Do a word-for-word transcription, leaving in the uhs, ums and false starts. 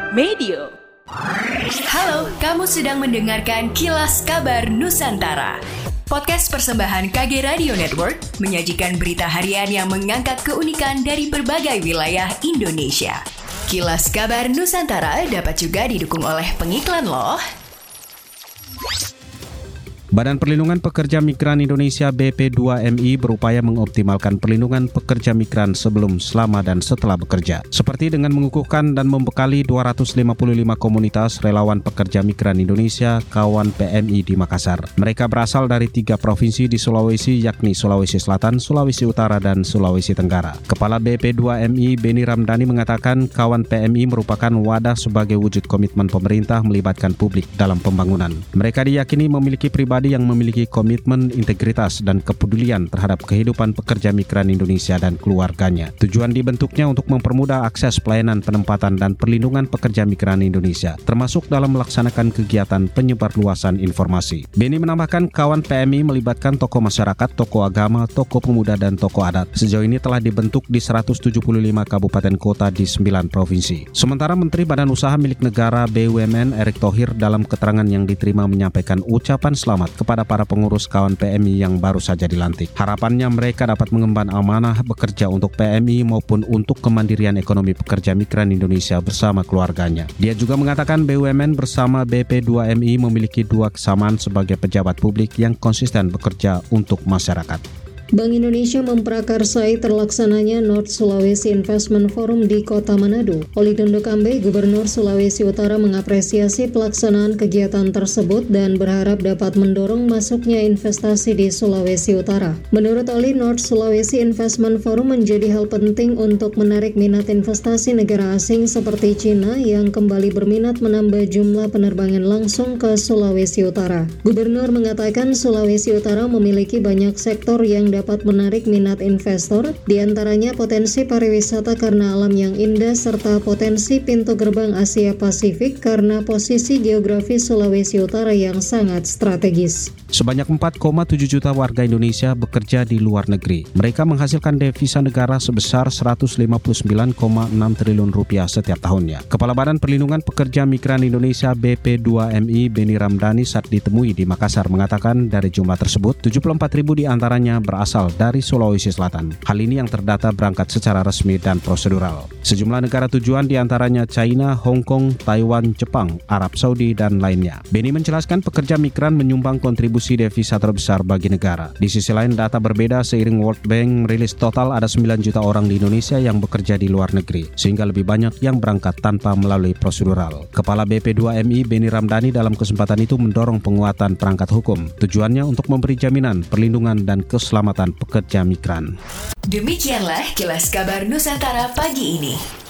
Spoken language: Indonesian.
Medio. Halo, kamu sedang mendengarkan Kilas Kabar Nusantara. Podcast persembahan K G Radio Network menyajikan berita harian yang mengangkat keunikan dari berbagai wilayah Indonesia. Kilas Kabar Nusantara dapat juga didukung oleh pengiklan loh. Badan Perlindungan Pekerja Migran Indonesia B P dua M I berupaya mengoptimalkan perlindungan pekerja migran sebelum, selama, dan setelah bekerja. Seperti dengan mengukuhkan dan membekali dua ratus lima puluh lima komunitas relawan pekerja migran Indonesia Kawan P M I di Makassar. Mereka berasal dari tiga provinsi di Sulawesi, yakni Sulawesi Selatan, Sulawesi Utara, dan Sulawesi Tenggara. Kepala B P dua M I Beni Ramdhani mengatakan Kawan P M I merupakan wadah sebagai wujud komitmen pemerintah melibatkan publik dalam pembangunan. Mereka diyakini memiliki pribadi yang memiliki komitmen, integritas, dan kepedulian terhadap kehidupan pekerja migran Indonesia dan keluarganya. Tujuan dibentuknya untuk mempermudah akses pelayanan penempatan dan perlindungan pekerja migran Indonesia, termasuk dalam melaksanakan kegiatan penyebarluasan informasi. Beni menambahkan Kawan P M I melibatkan tokoh masyarakat, tokoh agama, tokoh pemuda, dan tokoh adat. Sejauh ini telah dibentuk di seratus tujuh puluh lima kabupaten kota di sembilan provinsi. Sementara Menteri Badan Usaha Milik Negara B U M N Erick Thohir dalam keterangan yang diterima menyampaikan ucapan selamat kepada para pengurus Kawan P M I yang baru saja dilantik. Harapannya mereka dapat mengemban amanah bekerja untuk P M I maupun untuk kemandirian ekonomi pekerja migran Indonesia bersama keluarganya. Dia juga mengatakan B U M N bersama B P dua M I memiliki dua kesamaan sebagai pejabat publik yang konsisten bekerja untuk masyarakat. Bank Indonesia memprakarsai terlaksananya North Sulawesi Investment Forum di Kota Manado. Oli Dondo Kambe, Gubernur Sulawesi Utara, mengapresiasi pelaksanaan kegiatan tersebut dan berharap dapat mendorong masuknya investasi di Sulawesi Utara. Menurut Oli, North Sulawesi Investment Forum menjadi hal penting untuk menarik minat investasi negara asing seperti Cina yang kembali berminat menambah jumlah penerbangan langsung ke Sulawesi Utara. Gubernur mengatakan Sulawesi Utara memiliki banyak sektor yang dapat menarik minat investor, diantaranya potensi pariwisata karena alam yang indah serta potensi pintu gerbang Asia Pasifik karena posisi geografis Sulawesi Utara yang sangat strategis. Sebanyak empat koma tujuh juta warga Indonesia bekerja di luar negeri. Mereka menghasilkan devisa negara sebesar seratus lima puluh sembilan koma enam triliun rupiah setiap tahunnya. Kepala Badan Perlindungan Pekerja Migran Indonesia B P dua M I Beni Ramdhani saat ditemui di Makassar mengatakan dari jumlah tersebut tujuh puluh empat ribu diantaranya berasal dari Sulawesi Selatan. Hal ini yang terdata berangkat secara resmi dan prosedural. Sejumlah negara tujuan diantaranya China, Hong Kong, Taiwan, Jepang, Arab Saudi, dan lainnya. Beni menjelaskan pekerja migran menyumbang kontribusi devisa terbesar bagi negara. Di sisi lain, data berbeda seiring World Bank merilis total ada sembilan juta orang di Indonesia yang bekerja di luar negeri, sehingga lebih banyak yang berangkat tanpa melalui prosedural. Kepala B P dua M I Beni Ramdhani dalam kesempatan itu mendorong penguatan perangkat hukum. Tujuannya untuk memberi jaminan, perlindungan, dan keselamatan pekerja migran. Demikianlah Kilas Kabar Nusantara pagi ini.